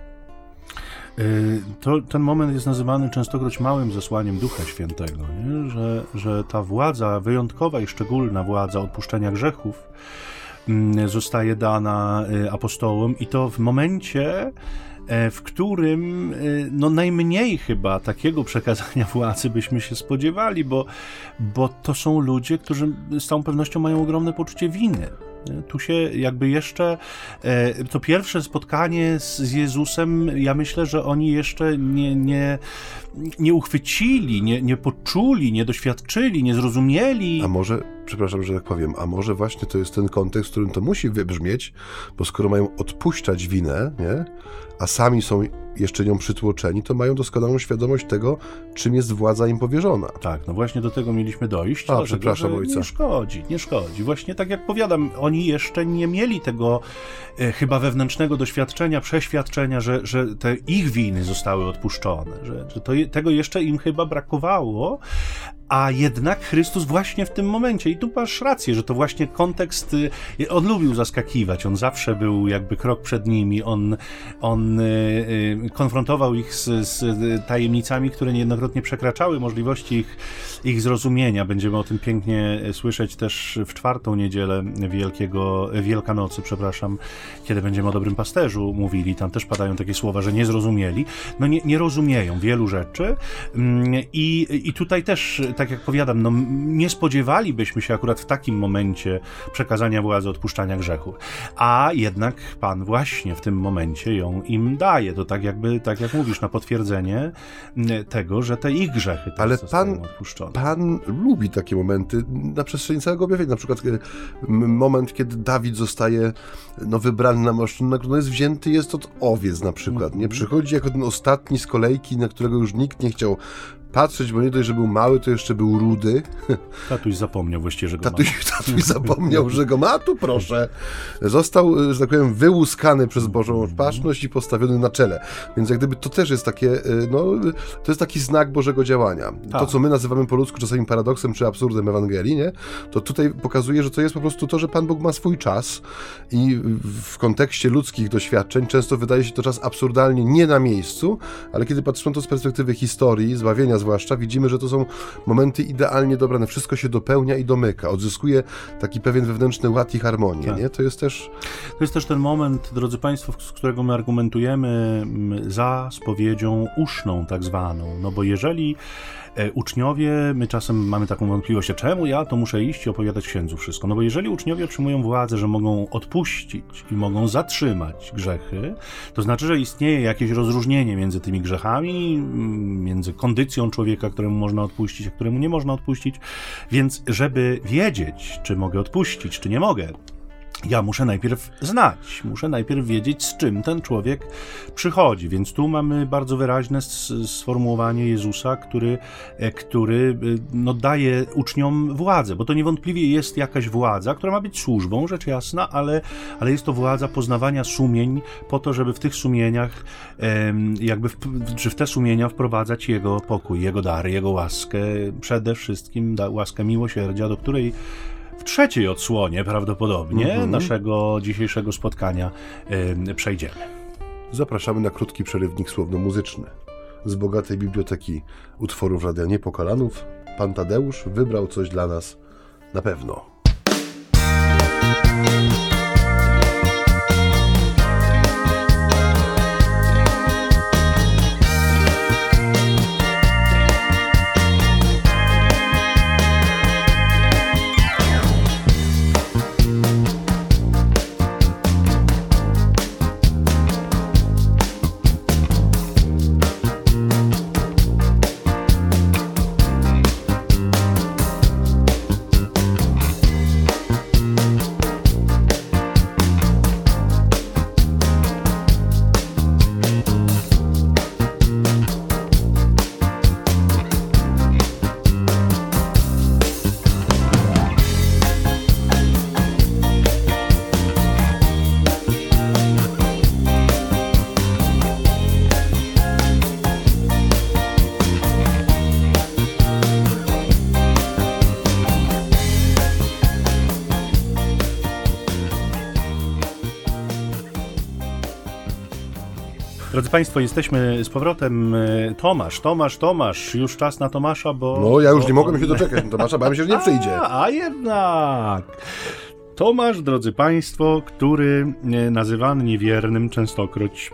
Ten moment jest nazywany częstokroć małym zesłaniem Ducha Świętego, nie? Że ta władza, wyjątkowa i szczególna władza odpuszczenia grzechów zostaje dana apostołom i to w momencie, w którym najmniej chyba takiego przekazania władzy byśmy się spodziewali, bo to są ludzie, którzy z całą pewnością mają ogromne poczucie winy. Tu się jakby jeszcze to pierwsze spotkanie z Jezusem, ja myślę, że oni jeszcze nie uchwycili, nie poczuli, nie doświadczyli, nie zrozumieli. A może, przepraszam, że tak powiem, a może właśnie to jest ten kontekst, w którym to musi wybrzmieć, bo skoro mają odpuszczać winę, nie, a sami są jeszcze nią przytłoczeni, to mają doskonałą świadomość tego, czym jest władza im powierzona. Tak, no właśnie do tego mieliśmy dojść. Przepraszam, ojca. Nie szkodzi. Właśnie tak jak powiadam, oni jeszcze nie mieli tego chyba wewnętrznego doświadczenia, przeświadczenia, że te ich winy zostały odpuszczone, że tego jeszcze im chyba brakowało, a jednak Chrystus właśnie w tym momencie, i tu masz rację, że to właśnie kontekst, on lubił zaskakiwać, on zawsze był jakby krok przed nimi, on konfrontował ich z tajemnicami, które niejednokrotnie przekraczały możliwości ich zrozumienia. Będziemy o tym pięknie słyszeć też w czwartą niedzielę Wielkanocy, kiedy będziemy o Dobrym Pasterzu mówili. Tam też padają takie słowa, że nie zrozumieli. Nie rozumieją wielu rzeczy i tutaj też, tak jak powiadam, nie spodziewalibyśmy się akurat w takim momencie przekazania władzy odpuszczania grzechów. A jednak Pan właśnie w tym momencie ją im daje. To tak jak mówisz, na potwierdzenie tego, że te ich grzechy też zostają odpuszczone. Pan lubi takie momenty na przestrzeni całego objawienia. Na przykład moment, kiedy Dawid zostaje wybrany na maszynę, no jest wzięty jest od owiec na przykład. Nie przychodzi jako ten ostatni z kolejki, na którego już nikt nie chciał patrzeć, bo nie dość, że był mały, to jeszcze był rudy. Tatuś zapomniał właściwie, że go ma. Tatuś zapomniał, że go ma, tu proszę. Został, że tak powiem, wyłuskany przez Bożą Opatrzność i postawiony na czele. Więc jak gdyby to też jest takie, to jest taki znak Bożego działania. Tak. To, co my nazywamy po ludzku czasami paradoksem czy absurdem Ewangelii, nie? To tutaj pokazuje, że to jest po prostu to, że Pan Bóg ma swój czas i w kontekście ludzkich doświadczeń często wydaje się to czas absurdalnie nie na miejscu, ale kiedy patrzymy to z perspektywy historii, zbawienia zwłaszcza, widzimy, że to są momenty idealnie dobrane, wszystko się dopełnia i domyka, odzyskuje taki pewien wewnętrzny ład i harmonię, tak. Nie? To jest też ten moment, drodzy Państwo, z którego my argumentujemy za spowiedzią uszną tak zwaną, no bo jeżeli uczniowie, my czasem mamy taką wątpliwość, a czemu ja to muszę iść i opowiadać księdzu wszystko? No bo jeżeli uczniowie otrzymują władzę, że mogą odpuścić i mogą zatrzymać grzechy, to znaczy, że istnieje jakieś rozróżnienie między tymi grzechami, między kondycją człowieka, któremu można odpuścić, a któremu nie można odpuścić, więc żeby wiedzieć, czy mogę odpuścić, czy nie mogę, ja muszę najpierw znać, muszę najpierw wiedzieć, z czym ten człowiek przychodzi, więc tu mamy bardzo wyraźne sformułowanie Jezusa, który no, daje uczniom władzę, bo to niewątpliwie jest jakaś władza, która ma być służbą, rzecz jasna, ale jest to władza poznawania sumień po to, żeby w tych sumieniach czy w te sumienia wprowadzać Jego pokój, Jego dary, Jego łaskę, przede wszystkim łaskę miłosierdzia, do której w trzeciej odsłonie prawdopodobnie naszego dzisiejszego spotkania przejdziemy. Zapraszamy na krótki przerywnik słowno-muzyczny. Z bogatej biblioteki utworów Radia Niepokalanów pan Tadeusz wybrał coś dla nas na pewno. Drodzy Państwo, jesteśmy z powrotem. Tomasz, już czas na Tomasza, bo... No, ja już nie mogłem się doczekać na Tomasza, bałem się, że nie przyjdzie. A jednak! Tomasz, drodzy Państwo, który nazywany niewiernym częstokroć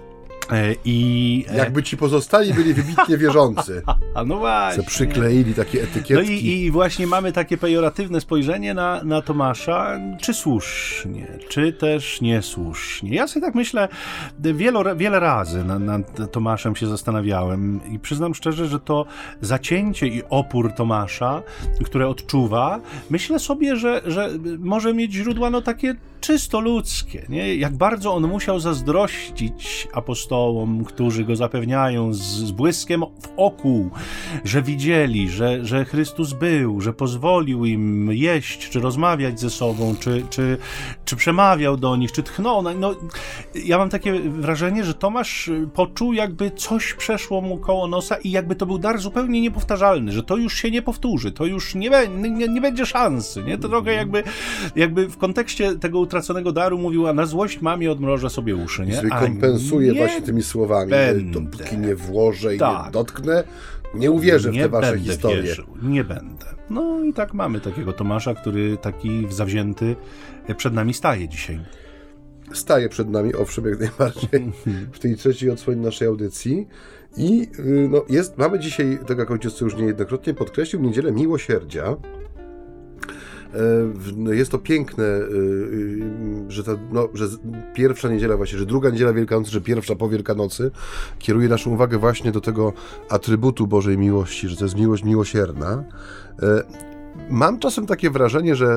jakby ci pozostali byli wybitnie wierzący. A no właśnie. Se przykleili takie etykietki. No i właśnie mamy takie pejoratywne spojrzenie na Tomasza, czy słusznie, czy też niesłusznie. Ja sobie tak myślę, wiele razy nad Tomaszem się zastanawiałem i przyznam szczerze, że to zacięcie i opór Tomasza, które odczuwa, myślę sobie, że może mieć źródła no takie czysto ludzkie, nie? Jak bardzo on musiał zazdrościć apostołom, którzy go zapewniają z błyskiem w oku, że widzieli, że Chrystus był, że pozwolił im jeść, czy rozmawiać ze sobą, czy przemawiał do nich, czy tchnął. No, ja mam takie wrażenie, że Tomasz poczuł, jakby coś przeszło mu koło nosa i jakby to był dar zupełnie niepowtarzalny, że to już się nie powtórzy, to już nie będzie szansy, nie? To trochę jakby w kontekście tego utraconego daru mówił, a na złość mamie odmrożę sobie uszy, nie? Kompensuje właśnie tymi słowami, dopóki nie włożę i nie dotknę, nie uwierzę w te wasze historie. Nie będę. No i tak mamy takiego Tomasza, który taki zawzięty przed nami staje dzisiaj. Staje przed nami, owszem, jak najbardziej, w tej trzeciej odsłonie naszej audycji. I no, mamy dzisiaj, tak jak ojciec już niejednokrotnie podkreślił, Niedzielę Miłosierdzia. Jest to piękne, że pierwsza niedziela właśnie, że druga niedziela Wielkanocy, że pierwsza po Wielkanocy kieruje naszą uwagę właśnie do tego atrybutu Bożej miłości, że to jest miłość miłosierna. Mam czasem takie wrażenie, że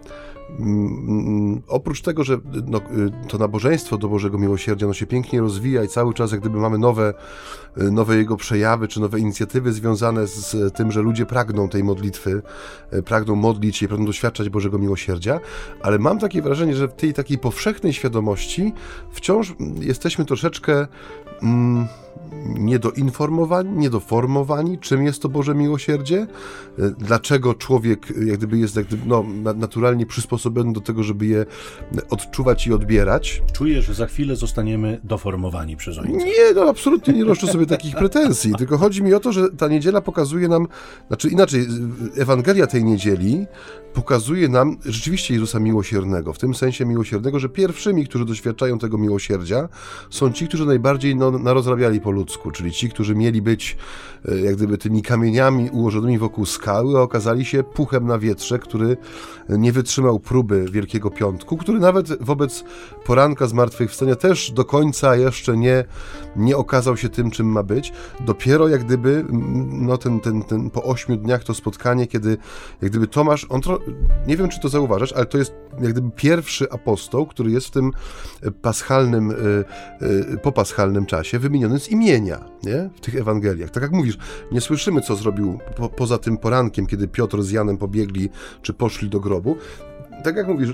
oprócz tego, że to nabożeństwo do Bożego Miłosierdzia się pięknie rozwija i cały czas jak gdyby mamy nowe jego przejawy, czy nowe inicjatywy związane z tym, że ludzie pragną tej modlitwy, pragną modlić się, pragną doświadczać Bożego Miłosierdzia, ale mam takie wrażenie, że w tej takiej powszechnej świadomości wciąż jesteśmy troszeczkę niedoformowani, czym jest to Boże miłosierdzie, dlaczego człowiek jest naturalnie przysposobiony do tego, żeby je odczuwać i odbierać. Czuję, że za chwilę zostaniemy doformowani przez Ojca. Nie, absolutnie nie roszczę sobie takich pretensji, tylko chodzi mi o to, że ta niedziela pokazuje nam, Ewangelia tej niedzieli pokazuje nam rzeczywiście Jezusa miłosiernego, w tym sensie miłosiernego, że pierwszymi, którzy doświadczają tego miłosierdzia, są ci, którzy najbardziej narozrabiali po ludzku, czyli ci, którzy mieli być tymi kamieniami ułożonymi wokół skały, a okazali się puchem na wietrze, który nie wytrzymał próby Wielkiego Piątku, który nawet wobec poranka zmartwychwstania też do końca jeszcze nie okazał się tym, czym ma być. Dopiero ten po 8 dniach to spotkanie, kiedy Tomasz, nie wiem, czy to zauważasz, ale to jest pierwszy apostoł, który jest w tym popaschalnym czasie wymieniony z imienia, nie? W tych Ewangeliach. Tak jak mówisz, nie słyszymy, co zrobił poza tym porankiem, kiedy Piotr z Janem pobiegli, czy poszli do grobu. Tak jak mówisz,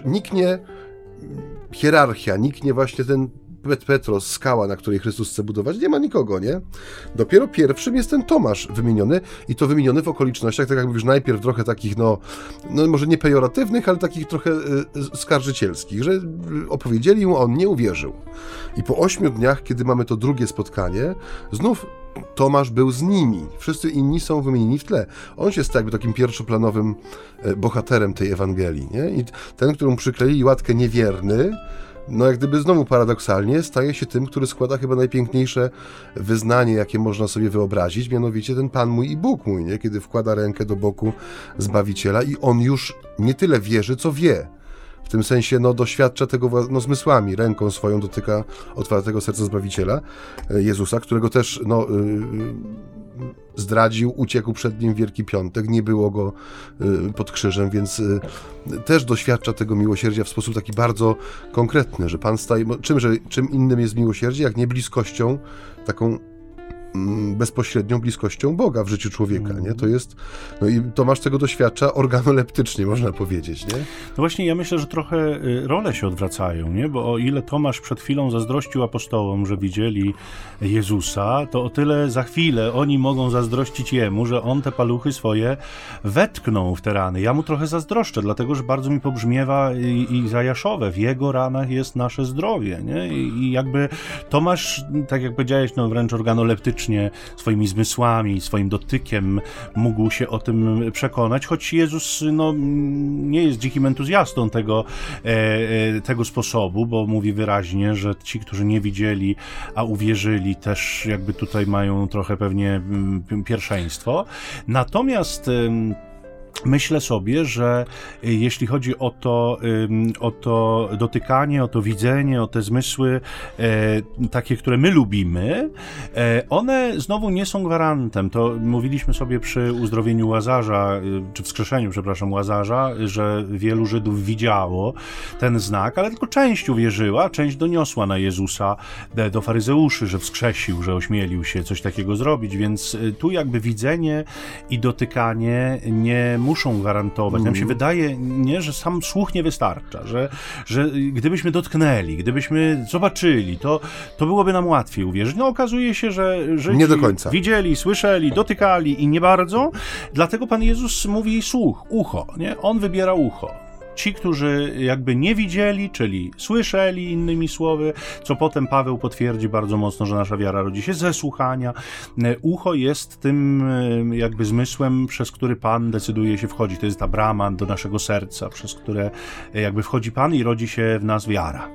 hierarchia, właśnie ten Petros, skała, na której Chrystus chce budować, nie ma nikogo, nie? Dopiero pierwszym jest ten Tomasz wymieniony i to wymieniony w okolicznościach, tak jak mówisz, najpierw trochę takich, może nie pejoratywnych, ale takich trochę skarżycielskich, że opowiedzieli mu, a on nie uwierzył. I po 8 dniach, kiedy mamy to drugie spotkanie, znów Tomasz był z nimi. Wszyscy inni są wymienieni w tle. On się stał takim pierwszoplanowym bohaterem tej Ewangelii, nie? I ten, któremu przykleili łatkę niewierny, znowu paradoksalnie staje się tym, który składa chyba najpiękniejsze wyznanie, jakie można sobie wyobrazić, mianowicie ten Pan mój i Bóg mój, nie? Kiedy wkłada rękę do boku Zbawiciela i on już nie tyle wierzy, co wie. W tym sensie doświadcza tego zmysłami, ręką swoją dotyka otwartego serca Zbawiciela, Jezusa, którego też zdradził, uciekł przed nim w Wielki Piątek, nie było go pod krzyżem, więc też doświadcza tego miłosierdzia w sposób taki bardzo konkretny, że Pan staje, czym innym jest miłosierdzie, jak nie bliskością, taką bezpośrednią bliskością Boga w życiu człowieka, nie? To jest, i Tomasz tego doświadcza organoleptycznie, można powiedzieć, nie? No właśnie, ja myślę, że trochę role się odwracają, nie? Bo o ile Tomasz przed chwilą zazdrościł apostołom, że widzieli Jezusa, to o tyle za chwilę oni mogą zazdrościć jemu, że on te paluchy swoje wetknął w te rany. Ja mu trochę zazdroszczę, dlatego, że bardzo mi pobrzmiewa Izajaszowe. W jego ranach jest nasze zdrowie, nie? I jakby Tomasz, tak jak powiedziałeś, wręcz organoleptycznie swoimi zmysłami, swoim dotykiem mógł się o tym przekonać, choć Jezus nie jest dzikim entuzjastą tego sposobu, bo mówi wyraźnie, że ci, którzy nie widzieli, a uwierzyli, też jakby tutaj mają trochę pewnie pierwszeństwo. Natomiast myślę sobie, że jeśli chodzi o to dotykanie, o to widzenie, o te zmysły takie, które my lubimy, one znowu nie są gwarantem. To mówiliśmy sobie przy uzdrowieniu Łazarza, czy wskrzeszeniu, przepraszam, Łazarza, że wielu Żydów widziało ten znak, ale tylko część uwierzyła, część doniosła na Jezusa do faryzeuszy, że wskrzesił, że ośmielił się coś takiego zrobić, więc tu jakby widzenie i dotykanie nie muszą gwarantować. Nam się wydaje, że sam słuch nie wystarcza, że gdybyśmy dotknęli, gdybyśmy zobaczyli, to byłoby nam łatwiej uwierzyć. Okazuje się, że nie do końca. Widzieli, słyszeli, dotykali i nie bardzo. Dlatego Pan Jezus mówi słuch, ucho, nie? On wybiera ucho. Ci, którzy jakby nie widzieli, czyli słyszeli, innymi słowy, co potem Paweł potwierdzi bardzo mocno, że nasza wiara rodzi się ze słuchania. Ucho jest tym jakby zmysłem, przez który Pan decyduje się wchodzić. To jest ta brama do naszego serca, przez które jakby wchodzi Pan i rodzi się w nas wiara.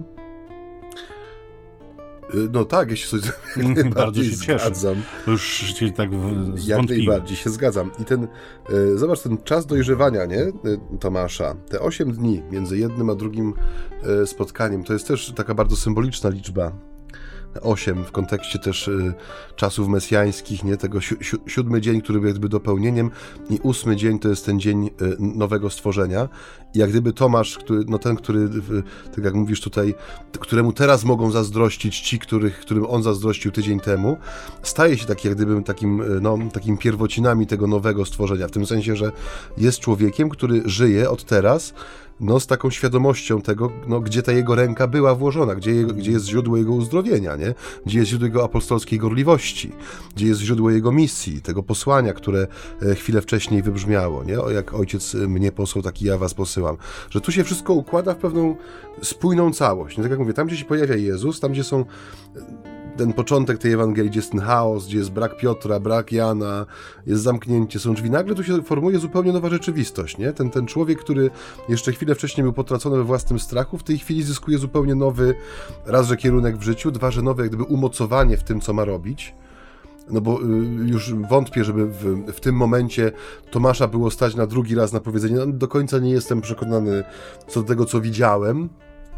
Tak, ja się coś bardzo się zgadzam. To już się tak jak najbardziej się zgadzam. I zobacz, ten czas dojrzewania, nie, Tomasza, te 8 dni między jednym a drugim spotkaniem, to jest też taka bardzo symboliczna liczba. 8 w kontekście też czasów mesjańskich, nie? Tego 7 dzień, który był jakby dopełnieniem, i 8 dzień to jest ten dzień nowego stworzenia. I jak gdyby Tomasz, ten, który, tak jak mówisz tutaj, któremu teraz mogą zazdrościć ci, którym on zazdrościł tydzień temu, staje się jak gdyby takim pierwocinami tego nowego stworzenia, w tym sensie, że jest człowiekiem, który żyje od teraz no, z taką świadomością tego, no, gdzie ta jego ręka była włożona, gdzie jest źródło jego uzdrowienia, nie? Gdzie jest źródło jego apostolskiej gorliwości, gdzie jest źródło jego misji, tego posłania, które chwilę wcześniej wybrzmiało, nie? O, jak Ojciec mnie posłał, taki ja was posyłam. Że tu się wszystko układa w pewną spójną całość. Nie? Tak jak mówię, tam gdzie się pojawia Jezus, tam gdzie są ten początek tej Ewangelii, gdzie jest ten chaos, gdzie jest brak Piotra, brak Jana, jest zamknięcie, są drzwi. Nagle tu się formuje zupełnie nowa rzeczywistość, nie? Ten człowiek, który jeszcze chwilę wcześniej był potracony we własnym strachu, w tej chwili zyskuje zupełnie nowy, raz, że kierunek w życiu, dwa, że nowe jak gdyby umocowanie w tym, co ma robić. No bo już wątpię, żeby w tym momencie Tomasza było stać na drugi raz na powiedzenie, no, do końca nie jestem przekonany co do tego, co widziałem.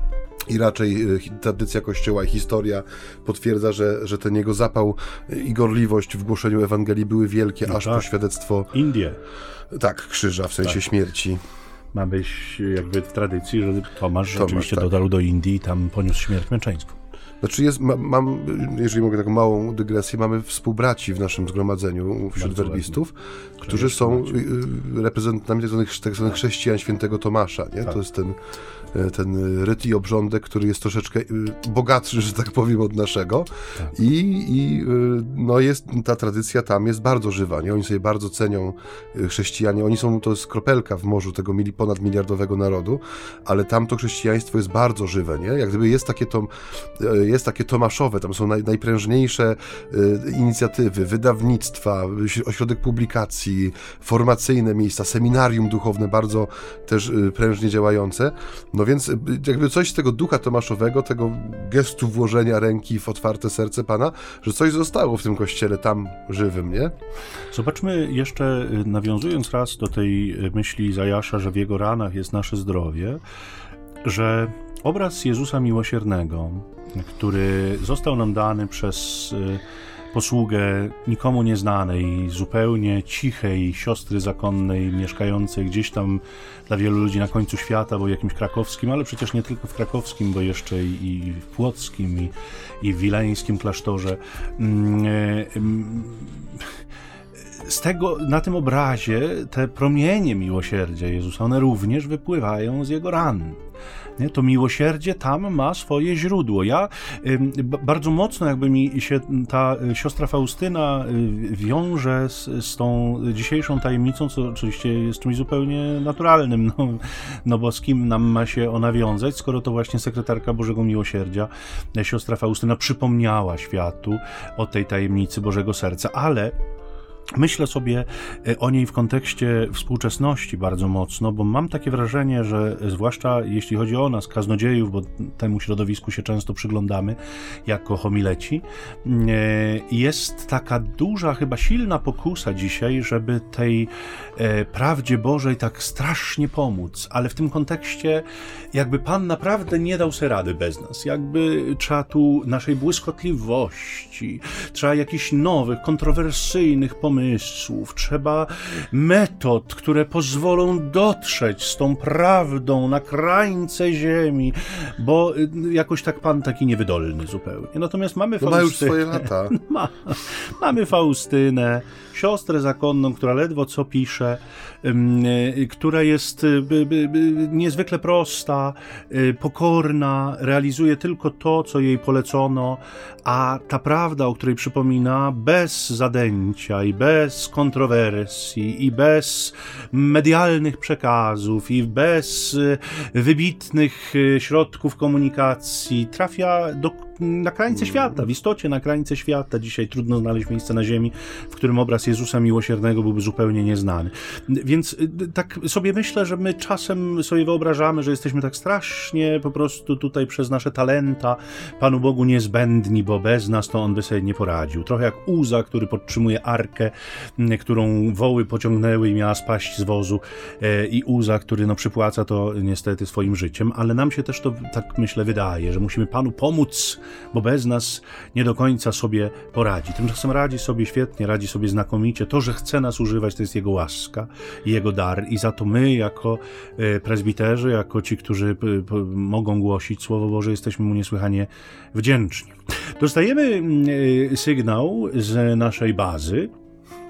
I raczej tradycja Kościoła i historia potwierdza, że ten jego zapał i gorliwość w głoszeniu Ewangelii były wielkie, no aż tak, po świadectwo... Indie. Tak, krzyża, w sensie tak, śmierci. Ma być jakby w tradycji, że Tomasz rzeczywiście tak dotarł do Indii i tam poniósł śmierć męczeńską. Znaczy mam, jeżeli mogę taką małą dygresję, mamy współbraci w naszym zgromadzeniu wśród werbistów, którzy są reprezentantami tak zwanych chrześcijan świętego Tomasza, nie? Tak. To jest ten ryt i obrządek, który jest troszeczkę bogatszy, że tak powiem, od naszego. Tak. I no jest, ta tradycja tam jest bardzo żywa, nie? Oni sobie bardzo cenią chrześcijanie. To jest kropelka w morzu tego ponadmiliardowego narodu, ale tam to chrześcijaństwo jest bardzo żywe, nie? Jak gdyby jest takie tomaszowe, tam są najprężniejsze inicjatywy, wydawnictwa, ośrodek publikacji, formacyjne miejsca, seminarium duchowne, bardzo też prężnie działające. No więc jakby coś z tego ducha tomaszowego, tego gestu włożenia ręki w otwarte serce Pana, że coś zostało w tym kościele tam żywym, nie? Zobaczmy jeszcze, nawiązując raz do tej myśli Izajasza, że w jego ranach jest nasze zdrowie, że obraz Jezusa Miłosiernego, który został nam dany przez posługę nikomu nieznanej, zupełnie cichej siostry zakonnej, mieszkającej gdzieś tam dla wielu ludzi na końcu świata, bo jakimś krakowskim, ale przecież nie tylko w krakowskim, bo jeszcze i w płockim, i w wileńskim klasztorze. Na tym obrazie te promienie miłosierdzia Jezusa, one również wypływają z Jego ran. Nie? To miłosierdzie tam ma swoje źródło. Bardzo mocno jakby mi się ta siostra Faustyna wiąże z tą dzisiejszą tajemnicą, co oczywiście jest czymś zupełnie naturalnym, no bo z kim nam ma się ona wiązać, skoro to właśnie sekretarka Bożego Miłosierdzia, siostra Faustyna, przypomniała światu o tej tajemnicy Bożego Serca, ale myślę sobie o niej w kontekście współczesności bardzo mocno, bo mam takie wrażenie, że zwłaszcza jeśli chodzi o nas, kaznodziejów, bo temu środowisku się często przyglądamy jako homileci, jest taka duża, chyba silna pokusa dzisiaj, żeby tej prawdzie Bożej tak strasznie pomóc, ale w tym kontekście jakby Pan naprawdę nie dał sobie rady bez nas, jakby trzeba tu naszej błyskotliwości, trzeba jakichś nowych, kontrowersyjnych pomysłów, trzeba metod, które pozwolą dotrzeć z tą prawdą na krańce ziemi, bo jakoś tak Pan taki niewydolny zupełnie. Natomiast mamy Faustynę. Ma już swoje lata. Mamy Faustynę, siostrę zakonną, która ledwo co pisze, która jest niezwykle prosta, pokorna, realizuje tylko to, co jej polecono, a ta prawda, o której przypomina, bez zadęcia i bez kontrowersji i bez medialnych przekazów i bez wybitnych środków komunikacji trafia na krańce świata, w istocie na krańce świata. Dzisiaj trudno znaleźć miejsce na ziemi, w którym obraz Jezusa Miłosiernego byłby zupełnie nieznany. Więc tak sobie myślę, że my czasem sobie wyobrażamy, że jesteśmy tak strasznie po prostu tutaj przez nasze talenta Panu Bogu niezbędni, bo bez nas to On by sobie nie poradził. Trochę jak Uza, który podtrzymuje arkę, którą woły pociągnęły i miała spaść z wozu, i Uza, który przypłaca to niestety swoim życiem, ale nam się też to tak myślę wydaje, że musimy Panu pomóc, bo bez nas nie do końca sobie poradzi. Tymczasem radzi sobie świetnie, radzi sobie znakomicie. To, że chce nas używać, to jest Jego łaska i Jego dar i za to my jako prezbiterzy, jako ci, którzy mogą głosić Słowo Boże, jesteśmy Mu niesłychanie wdzięczni. Dostajemy sygnał z naszej bazy,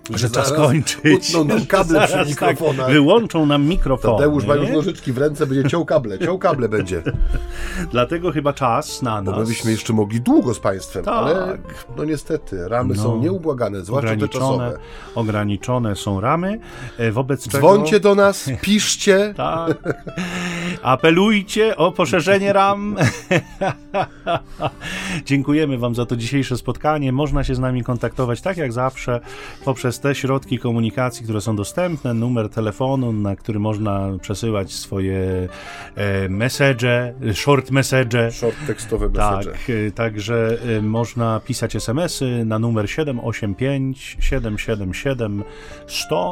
że czas zaraz kończyć. utną nam kable przy Zaraz mikrofonach. Tak, wyłączą nam mikrofony. Tadeusz ma już nożyczki w ręce, będzie ciął kable będzie. Dlatego chyba czas na nas. Bo my byśmy jeszcze mogli długo z państwem, Tak. ale no niestety, ramy są nieubłagane, zwłaszcza te czasowe. Ograniczone są ramy, wobec czego... Dzwońcie do nas, piszcie. Tak. Apelujcie o poszerzenie ram. Dziękujemy wam za to dzisiejsze spotkanie. Można się z nami kontaktować tak jak zawsze poprzez te środki komunikacji, które są dostępne, numer telefonu, na który można przesyłać swoje short message. Short tekstowe message. Tak, także można pisać SMS-y na numer 785 777 100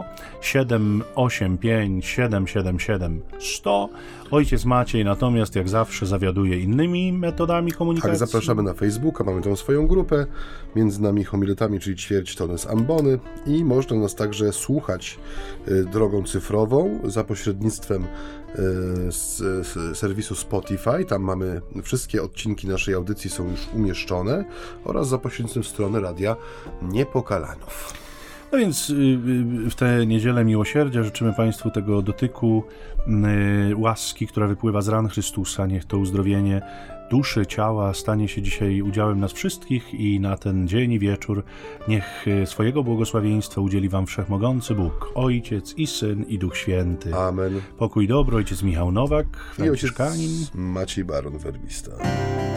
785 777 100. Ojciec Maciej natomiast jak zawsze zawiaduje innymi metodami komunikacji. Tak, zapraszamy na Facebooka, mamy tą swoją grupę, między nami homiletami, czyli ćwierćtones ambony i można nas także słuchać drogą cyfrową za pośrednictwem serwisu Spotify, tam mamy wszystkie odcinki naszej audycji są już umieszczone oraz za pośrednictwem strony Radia Niepokalanów. No więc w tę niedzielę miłosierdzia życzymy Państwu tego dotyku łaski, która wypływa z ran Chrystusa. Niech to uzdrowienie duszy, ciała stanie się dzisiaj udziałem nas wszystkich i na ten dzień i wieczór niech swojego błogosławieństwa udzieli Wam Wszechmogący Bóg, Ojciec i Syn i Duch Święty. Amen. Pokój dobro, ojciec Michał Nowak, I ojciec Franciszkanin. Maciej Baron, werbista.